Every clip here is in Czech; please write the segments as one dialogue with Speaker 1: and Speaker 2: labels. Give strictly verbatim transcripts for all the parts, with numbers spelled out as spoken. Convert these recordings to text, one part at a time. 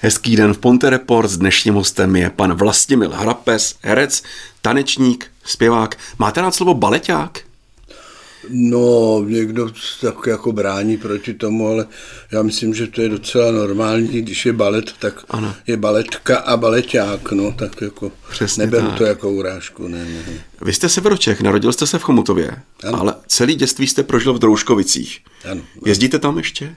Speaker 1: Hezký den v Ponte Report. S dnešním hostem je pan Vlastimil Hrabes, herec, tanečník, zpěvák. Máte rád slovo baleťák?
Speaker 2: No, někdo tak jako brání proti tomu, ale já myslím, že to je docela normální, když je balet, tak ano. Je baletka a baleťák, no, tak jako přesně neberu tak. To jako urážku, ne, ne.
Speaker 1: Vy jste Severočech, narodil jste se v Chomutově, ano. Ale celý dětství jste prožil v Drouškovicích. Ano, ano. Jezdíte tam ještě?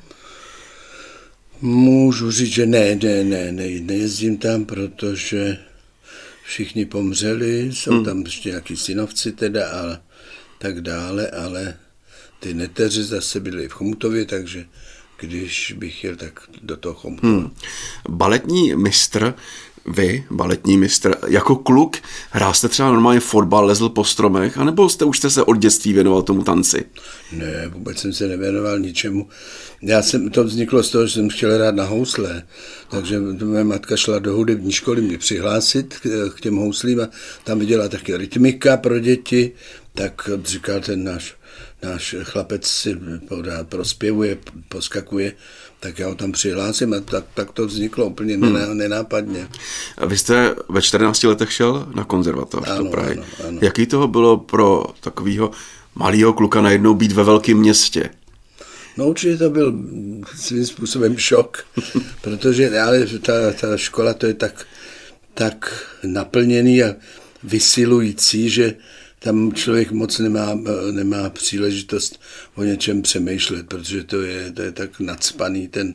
Speaker 2: Můžu říct, že ne, ne, ne, ne, nejezdím tam, protože všichni pomřeli, jsou hmm. tam ještě nějaký synovci teda, ale tak dále, ale ty neteři zase byly v Chomutově, takže když bych jel, tak do toho Chomutova. Hmm.
Speaker 1: Baletní mistr, vy, baletní mistr, jako kluk, hrál jste třeba normálně fotbal, lezl po stromech, anebo jste už jste se od dětství věnoval tomu tanci?
Speaker 2: Ne, vůbec jsem se nevěnoval ničemu. Já jsem, to vzniklo z toho, že jsem chtěl hrát na housle, takže moje matka šla do hudební školy mě přihlásit k, k těm houslím a tam viděla taky rytmika pro děti, tak říkal ten náš, náš chlapec si pořád prospěvuje, poskakuje, tak já ho tam přihlásím a tak, tak to vzniklo úplně hmm. nenápadně.
Speaker 1: Vy jste ve čtrnácti letech šel na konzervatoř do Prahy.
Speaker 2: Ano, ano.
Speaker 1: Jaký toho bylo pro takového malého kluka najednou být ve velkém městě?
Speaker 2: No určitě to byl svým způsobem šok, protože ale ta, ta škola to je tak, tak naplněný a vysilující, že tam člověk moc nemá, nemá příležitost o něčem přemýšlet, protože to je, to je tak nacpaný ten,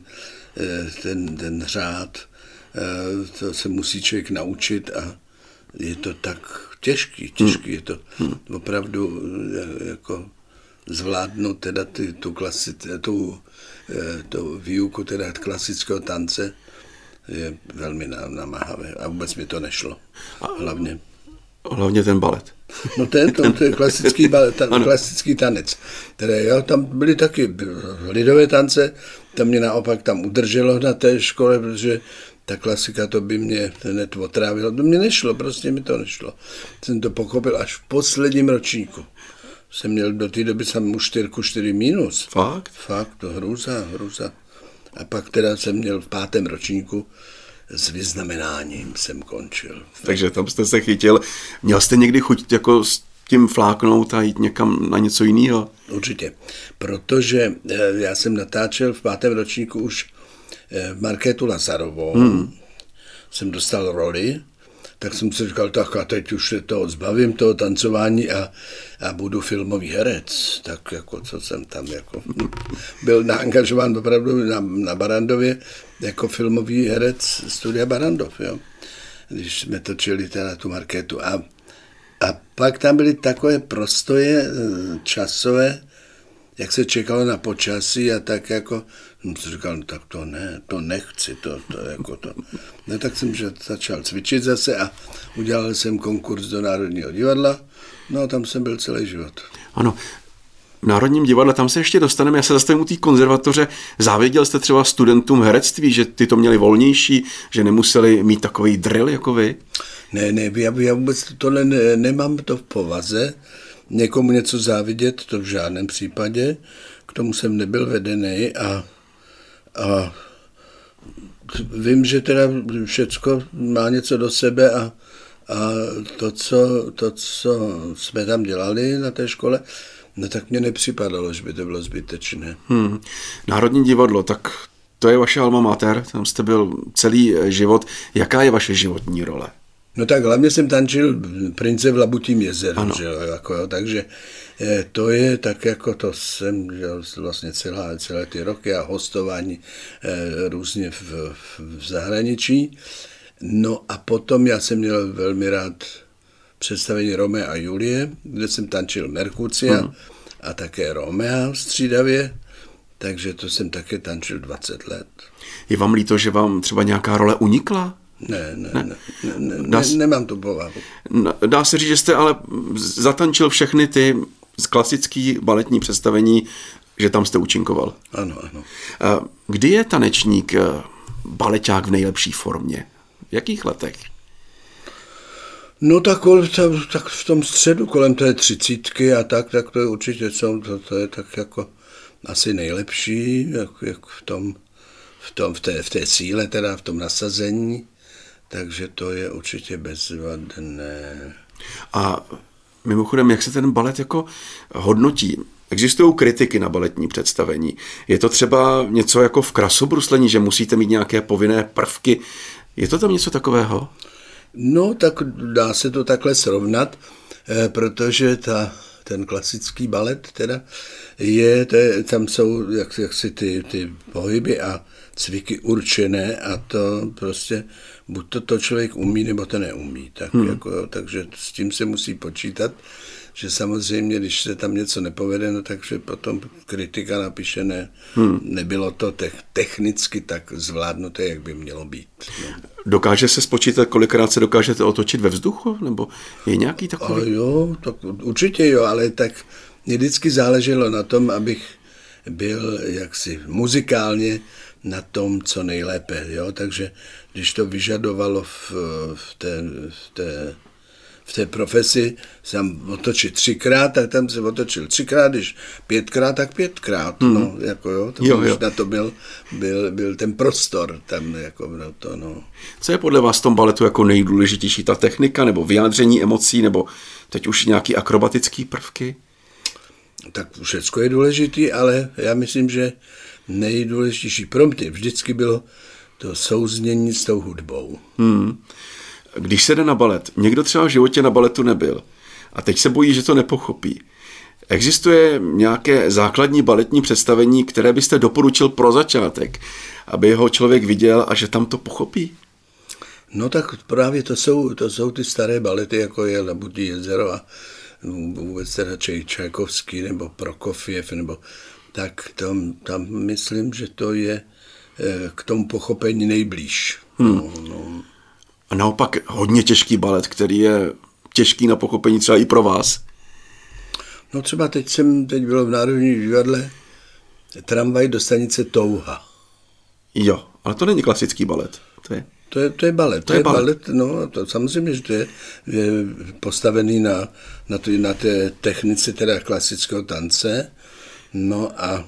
Speaker 2: ten, ten řád, to se musí člověk naučit a je to tak těžký, těžký, je to opravdu jako zvládnout teda ty, tu, klasi, tu, tu výuku teda klasického tance je velmi namáhavé a vůbec mi to nešlo, hlavně.
Speaker 1: Hlavně ten balet.
Speaker 2: No ten, to, to je klasický, balet, ta, klasický tanec. Které, jo, tam byly taky lidové tance, tam mě naopak tam udrželo na té škole, protože ta klasika to by mě hned otrávilo. To mě nešlo, prostě mi to nešlo. Jsem to pochopil až v posledním ročníku. Jsem měl do té doby samou čtyřku, čtyři minus.
Speaker 1: Fakt?
Speaker 2: Fakt, to hrůza, hrůza. A pak teda jsem měl v pátém ročníku s vyznamenáním jsem končil.
Speaker 1: Takže tam jste se chytil. Měl jste někdy chuť jako s tím fláknout a jít někam na něco jiného?
Speaker 2: Určitě, protože já jsem natáčel v pátém ročníku už Markétu Lazarovou. Hmm. Jsem dostal roli, tak jsem si říkal, tak a teď už se toho zbavím, toho tancování a, a budu filmový herec. Tak jako co jsem tam jako byl naangažován opravdu na, na Barrandově jako filmový herec studia Barrandov, jo. Když jsme točili teda tu Markétu. A, a pak tam byly takové prostoje časové, jak se čekalo na počasí a tak jako, jsem si říkal, no tak to ne, to nechci, to, to jako to. No tak jsem že začal cvičit zase a udělal jsem konkurs do Národního divadla, no a tam jsem byl celý život.
Speaker 1: Ano, v Národním divadle, tam se ještě dostaneme, já se zastavím u té konzervatoře. Závěděl jste třeba studentům herectví, že ty to měli volnější, že nemuseli mít takový drill jako vy?
Speaker 2: Ne, ne, já, já vůbec tohle ne, nemám to v povaze, někomu něco závidět, to v žádném případě, k tomu jsem nebyl vedený a, a vím, že teda všecko má něco do sebe a, a to, co, to, co jsme tam dělali na té škole, no tak mně nepřipadalo, že by to bylo zbytečné. Hmm.
Speaker 1: Národní divadlo, tak to je vaše alma mater, tam jste byl celý život. Jaká je vaše životní role?
Speaker 2: No tak hlavně jsem tančil Prince v Labutím jezeru, že jo, jako, jo, takže to je tak jako to jsem dělal vlastně celé, celé ty roky a hostování eh, různě v, v zahraničí. No a potom já jsem měl velmi rád představení Romea a Julie, kde jsem tančil Merkucia hmm. a také Romea střídavě, takže to jsem také tančil dvacet let.
Speaker 1: Je vám líto, že vám třeba nějaká role unikla?
Speaker 2: Ne, ne, ne, ne, ne, ne nemám tu povahu.
Speaker 1: Dá se říct, že jste ale zatančil všechny ty klasické baletní představení, že tam jste účinkoval.
Speaker 2: Ano, ano.
Speaker 1: Kdy je tanečník baleťák v nejlepší formě? V jakých letech?
Speaker 2: No tak, tak v tom středu, kolem té třicítky a tak, tak to je určitě, to, to je tak jako asi nejlepší, jak, jak v tom v, tom, v, té, v té síle, teda v tom nasazení, takže to je určitě bezvadné.
Speaker 1: A mimochodem, jak se ten balet jako hodnotí? Existují kritiky na baletní představení. Je to třeba něco jako v krasobruslení, že musíte mít nějaké povinné prvky? Je to tam něco takového?
Speaker 2: No, tak dá se to takhle srovnat, protože ta, ten klasický balet teda je, to je tam jsou jak, jaksi ty, ty pohyby a cviky určené a to prostě buď to, to člověk umí, nebo to neumí. Tak hmm. jako, takže s tím se musí počítat, že samozřejmě, když se tam něco nepovede, no takže potom kritika napíše, ne, hmm. nebylo to te- technicky tak zvládnuté, jak by mělo být. No.
Speaker 1: Dokáže se spočítat, kolikrát se dokážete otočit ve vzduchu? Nebo je nějaký takový?
Speaker 2: Ale jo, tak určitě jo, ale tak mě vždycky záleželo na tom, abych byl jaksi muzikálně na tom, co nejlépe. Jo? Takže když to vyžadovalo v, v, té, v, té, v té profesi jsem otočit třikrát, tak tam se otočil třikrát, když pětkrát, tak pětkrát. Hmm. No, jako jo, to jo, jo. Na to byl, byl, byl ten prostor tam. Jako no, to, no.
Speaker 1: Co je podle vás v tom baletu jako nejdůležitější? Ta technika nebo vyjádření emocí nebo teď už nějaký akrobatický prvky?
Speaker 2: Tak všechno je důležitý, ale já myslím, že nejdůležitější pro mě vždycky bylo to souznění s tou hudbou.
Speaker 1: Hmm. Když se jde na balet, někdo třeba v životě na baletu nebyl a teď se bojí, že to nepochopí. Existuje nějaké základní baletní představení, které byste doporučil pro začátek, aby ho člověk viděl a že tam to pochopí?
Speaker 2: No tak právě to jsou, to jsou ty staré balety, jako je Labutí jezero a vůbec teda Čajkovský nebo Prokofjev, nebo tak tam, tam myslím, že to je k tomu pochopení nejblíž. Hmm. No, no.
Speaker 1: A naopak hodně těžký balet, který je těžký na pochopení třeba i pro vás.
Speaker 2: No třeba teď jsem, teď bylo v Národním divadle Tramvaj do stanice Touha.
Speaker 1: Jo, ale to není klasický balet. To je,
Speaker 2: to je, to je balet. To, to je balet. balet. No, to samozřejmě, že to je, je postavený na, na, to, na té technice teda klasického tance. No a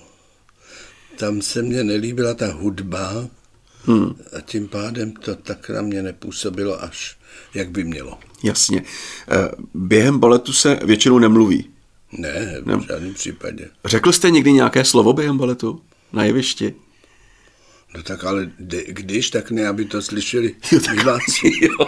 Speaker 2: tam se mně nelíbila ta hudba, Hmm. a tím pádem to tak na mě nepůsobilo až, jak by mělo.
Speaker 1: Jasně. Během baletu se většinou nemluví?
Speaker 2: Ne, v ne. žádném případě.
Speaker 1: Řekl jste někdy nějaké slovo během baletu na jevišti?
Speaker 2: No tak ale de, když, tak ne, aby to slyšeli diváci.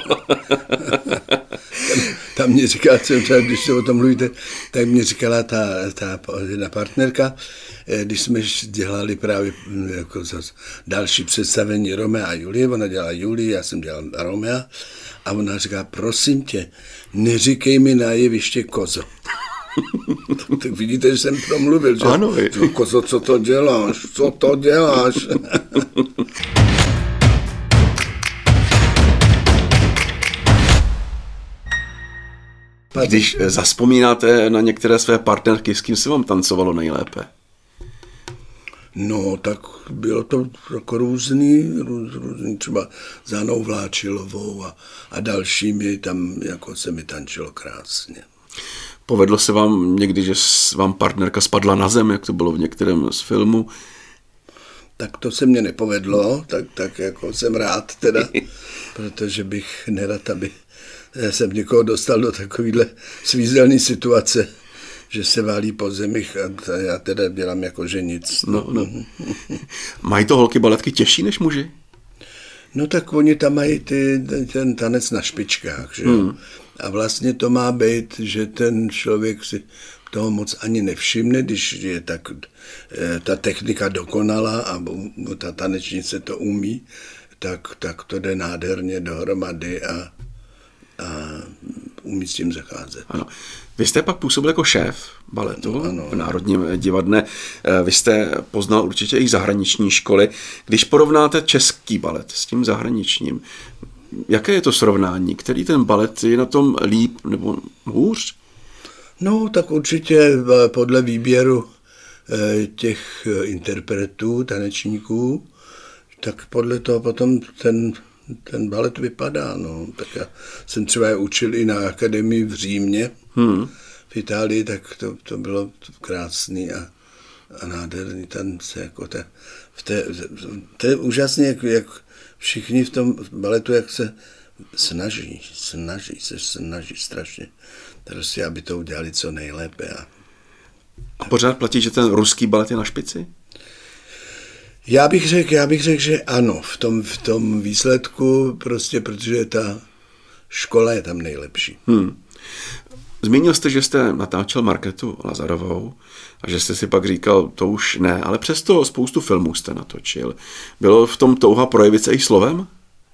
Speaker 2: tam, tam mě říkala, když se o tom mluvíte, tak mě říkala ta, ta jedna partnerka, když jsme dělali právě jako další představení Romea a Julie, ona dělala Julii, já jsem dělal Romea, a ona říká, prosím tě, neříkej mi na jeviště kozo. Tak vidíte, že jsem promluvil, že
Speaker 1: ano,
Speaker 2: no, kozo, co to děláš, co to děláš?
Speaker 1: Když zazpomínáte na některé své partnerky, s kým se vám tancovalo nejlépe?
Speaker 2: No, tak bylo to jako různý, růz, různý třeba s Hanou Vláčilovou a, a dalšími, tam jako se mi tančilo krásně.
Speaker 1: Povedlo se vám někdy, že vám partnerka spadla na zem, jak to bylo v některém z filmů?
Speaker 2: Tak to se mně nepovedlo, tak, tak jako jsem rád teda, protože bych nerad, aby jsem někoho dostal do takovýhle svízelné situace, že se válí po zemích a já teda dělám jako že nic.
Speaker 1: No, no. Mají to holky baletky těžší než muži?
Speaker 2: No tak oni tam mají ty, ten tanec na špičkách, že hmm. A vlastně to má být, že ten člověk si toho moc ani nevšimne, když je tak ta technika dokonalá a ta tanečnice to umí, tak, tak to jde nádherně dohromady a, a umí s tím zacházet.
Speaker 1: Ano. Vy jste pak působil jako šéf baletu
Speaker 2: no, ano.
Speaker 1: v Národním divadle. Vy jste poznal určitě i zahraniční školy. Když porovnáte český balet s tím zahraničním, jaké je to srovnání? Který ten balet je na tom líp nebo hůř?
Speaker 2: No, tak určitě podle výběru těch interpretů, tanečníků, tak podle toho potom ten, ten balet vypadá. No. Tak já jsem třeba je učil i na akademii v Římě, hmm. v Itálii, tak to, to bylo krásný a, a nádherný. Tam se jako ta v té, to je úžasně, jak, jak všichni v tom baletu, jak se snaží, snaží se, snaží strašně. Prostě, aby to udělali co nejlépe. A,
Speaker 1: a pořád platí, že ten ruský balet je na špici?
Speaker 2: Já bych řekl, já bych řekl, že ano, v tom, v tom výsledku, prostě, protože ta škola je tam nejlepší.
Speaker 1: Hmm. Zmínil jste, že jste natáčel Markétu Lazarovou a že jste si pak říkal, to už ne, ale přesto spoustu filmů jste natočil. Bylo v tom touha projevit se i slovem?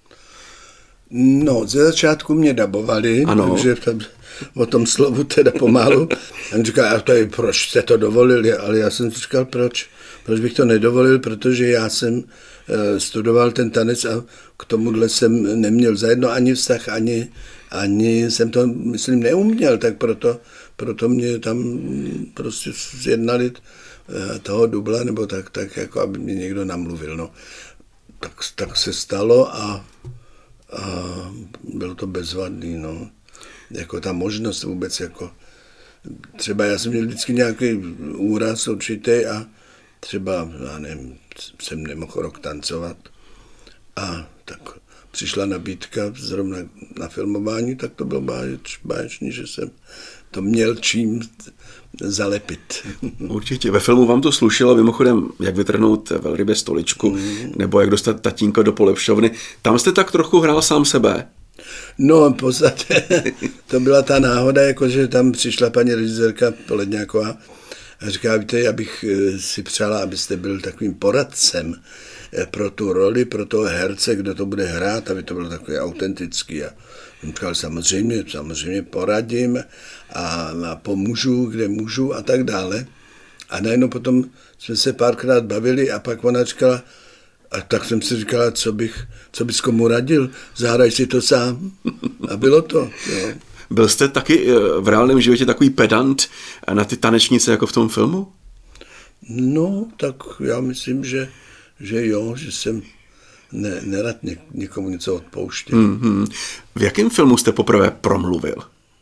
Speaker 2: No, ze začátku mě dabovali,
Speaker 1: ano.
Speaker 2: Takže tam, o tom slovu teda pomalu. A on říkal, a to je, proč jste to dovolili? Ale já jsem říkal, proč? Proč bych to nedovolil? Protože já jsem uh, studoval ten tanec a k tomuhle jsem neměl zajedno ani vztah, ani, ani jsem to, myslím, neuměl, tak proto, proto mě tam prostě zjednali uh, toho dubla, nebo tak, tak jako aby mě někdo namluvil. No. Tak, tak se stalo a A bylo to bezvadný, no. Jako ta možnost vůbec, jako třeba já jsem měl vždycky nějaký úraz určitý a třeba, já nevím, jsem nemohl rok tancovat a tak přišla nabídka zrovna na filmování, tak to bylo báječ, báječný, že jsem to měl čím zalepit.
Speaker 1: Určitě. Ve filmu vám to slušelo, mimochodem, jak vytrhnout velrybě stoličku, mm. nebo jak dostat tatínka do polepšovny. Tam jste tak trochu hrál sám sebe.
Speaker 2: No, v podstatě to byla ta náhoda, jakože tam přišla paní režisérka Poledňáková a říká, víte, já bych si přála, abyste byl takovým poradcem pro tu roli, pro toho herce, kdo to bude hrát, aby to bylo takový autentický. A jsem říkal, samozřejmě, samozřejmě poradím a, a pomůžu, kde můžu a tak dále. A najednou potom jsme se párkrát bavili a pak ona říkala, a tak jsem si říkala, co bych, co bys komu radil, zahraj si to sám. A bylo to. Jo.
Speaker 1: Byl jste taky v reálném životě takový pedant na ty tanečnice jako v tom filmu?
Speaker 2: No, tak já myslím, že, že jo, že jsem ne, nerad něk, někomu něco odpouštěl.
Speaker 1: Mm-hmm. V jakém filmu jste poprvé promluvil?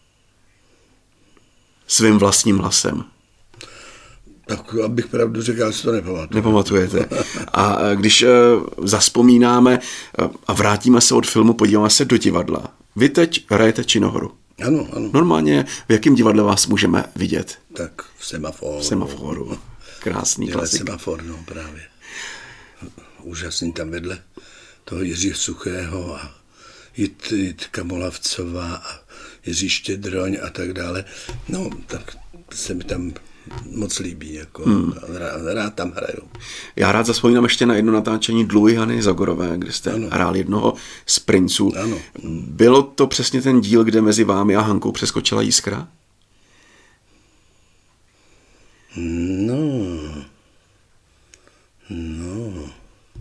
Speaker 1: Svým vlastním hlasem.
Speaker 2: Tak abych pravdu řekl, já si to nepamatuju.
Speaker 1: Nepamatujete. A když uh, zaspomínáme uh, a vrátíme se od filmu, podíváme se do divadla. Vy teď hrajete činohru.
Speaker 2: Ano, ano.
Speaker 1: Normálně v jakém divadle vás můžeme vidět?
Speaker 2: Tak v Semaforu.
Speaker 1: V Semaforu. Krásný klasik.
Speaker 2: Semafor, no právě. Úžasný tam vedle toho Jiřího Suchého a Jit, Jitka Molavcová a Jiří Štědroň a tak dále. No, tak se mi tam moc líbí, jako hmm. rád, rád tam hraju.
Speaker 1: Já rád zaspomínám ještě na jedno natáčení Dluhy Hany Zagorové, kde jste ano. hrál jednoho z princů.
Speaker 2: Ano.
Speaker 1: Bylo to přesně ten díl, kde mezi vámi a Hankou přeskočila jiskra?
Speaker 2: No, no,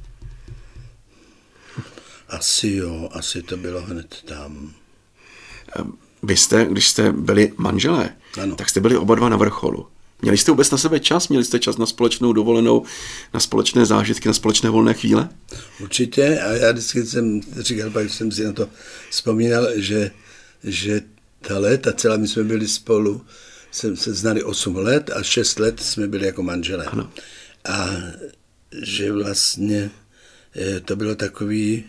Speaker 2: asi jo, asi to bylo hned tam.
Speaker 1: Vy jste, když jste byli manželé,
Speaker 2: ano.
Speaker 1: tak jste byli oba dva na vrcholu. Měli jste vůbec na sebe čas? Měli jste čas na společnou dovolenou, na společné zážitky, na společné volné chvíle?
Speaker 2: Určitě a já vždycky jsem říkal, pak jsem si na to vzpomínal, že, že ta léta celá, my jsme byli spolu, jsme se znali osm let a šest let jsme byli jako manželé.
Speaker 1: Ano.
Speaker 2: A že vlastně to bylo takový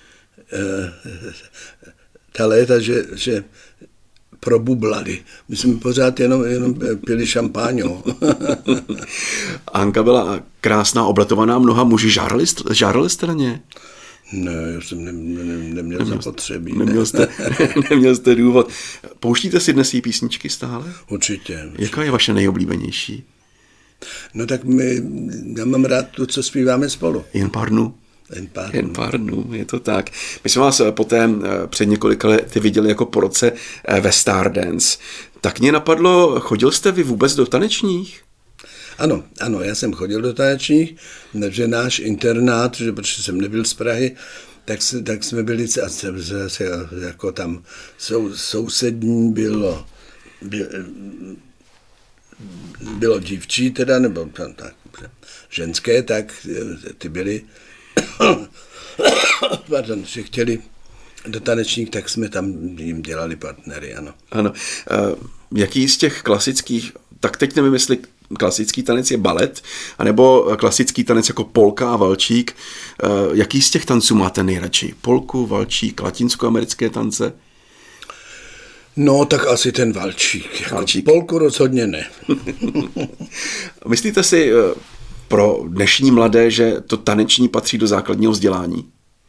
Speaker 2: ta léta, že, že probublali. My jsme pořád jenom, jenom pili šampáňo.
Speaker 1: Anka byla krásná, obletovaná mnoha muži. Žárali, žárali jste na ně?
Speaker 2: Ne, já jsem ne, ne, neměl
Speaker 1: neměl
Speaker 2: zapotřebí.
Speaker 1: Neměl jste, neměl jste důvod. Pouštíte si dnes její písničky stále?
Speaker 2: Určitě, určitě.
Speaker 1: Jaká je vaše nejoblíbenější?
Speaker 2: No tak my, já mám rád tu, co zpíváme spolu.
Speaker 1: Jen pár dnů.
Speaker 2: Jen pár,
Speaker 1: Jen pár dnů, je to tak. My jsme vás poté před několika lety viděli jako po roce ve Stardance. Tak mě napadlo, chodil jste vy vůbec do tanečních?
Speaker 2: Ano, ano, já jsem chodil do tanečních, že náš internát, že protože jsem nebyl z Prahy, tak, se, tak jsme byli, a se, jako tam sou, sousední bylo, bylo, bylo dívčí teda, nebo tam, tak, ženské, tak ty byly, pardon, že chtěli do tanečních, tak jsme tam jim dělali partnery, ano.
Speaker 1: Ano. Uh, jaký z těch klasických, tak teď nevím, jestli klasický tanec je balet, anebo klasický tanec jako polka a valčík. Jaký z těch tanců máte nejradši? Polku, valčík, latinskoamerické tance?
Speaker 2: No, tak asi ten valčík. Jako
Speaker 1: Valčík.
Speaker 2: Polku rozhodně ne.
Speaker 1: Myslíte si pro dnešní mladé, že to taneční patří do základního vzdělání?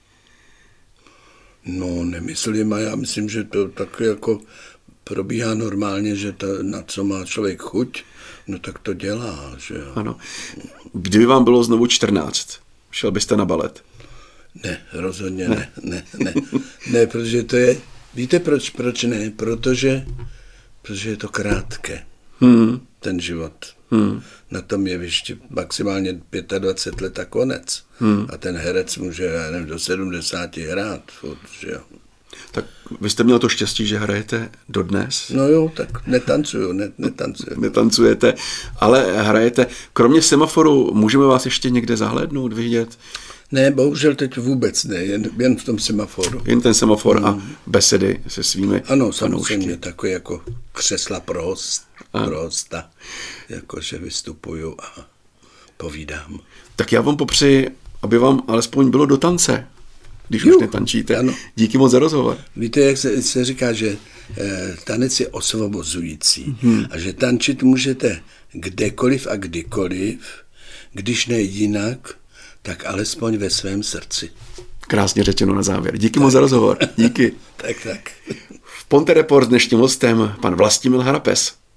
Speaker 2: No, nemyslím, a já myslím, že to tak jako probíhá normálně, že to, na co má člověk chuť, no tak to dělá, že jo.
Speaker 1: Ano. Kdyby vám bylo znovu čtrnáct, šel byste na balet?
Speaker 2: Ne, rozhodně ne, ne, ne, ne, ne protože to je, víte proč, proč ne? Protože, protože je to krátké, hmm. ten život. Hmm. Na tom jevišti maximálně dvacet pět let a konec. Hmm. A ten herec může, já nevím, do sedmdesáti hrát, furt, že jo.
Speaker 1: Tak vy jste měl to štěstí, že hrajete dodnes.
Speaker 2: No jo, tak netancuju, ne, netancuju.
Speaker 1: Netancujete, ale hrajete. Kromě semaforu můžeme vás ještě někde zahlédnout, vidět?
Speaker 2: Ne, bohužel teď vůbec ne, jen, jen v tom semaforu.
Speaker 1: Jen ten semafor hmm. a besedy se svými
Speaker 2: ano, samozřejmě, takové jako křesla pro, host, pro hosta, jakože vystupuju a povídám.
Speaker 1: Tak já vám popřeji, aby vám alespoň bylo do tance, když
Speaker 2: jo,
Speaker 1: už netančíte.
Speaker 2: Ano.
Speaker 1: Díky moc za rozhovor.
Speaker 2: Víte, jak se, se říká, že eh, tanec je osvobozující hmm. a že tančit můžete kdekoliv a kdykoliv, když ne jinak, tak alespoň ve svém srdci.
Speaker 1: Krásně řečeno na závěr. Díky tak. moc za rozhovor. Díky.
Speaker 2: tak, tak.
Speaker 1: V Ponte Report s dnešním hostem pan Vlastimil Harapes.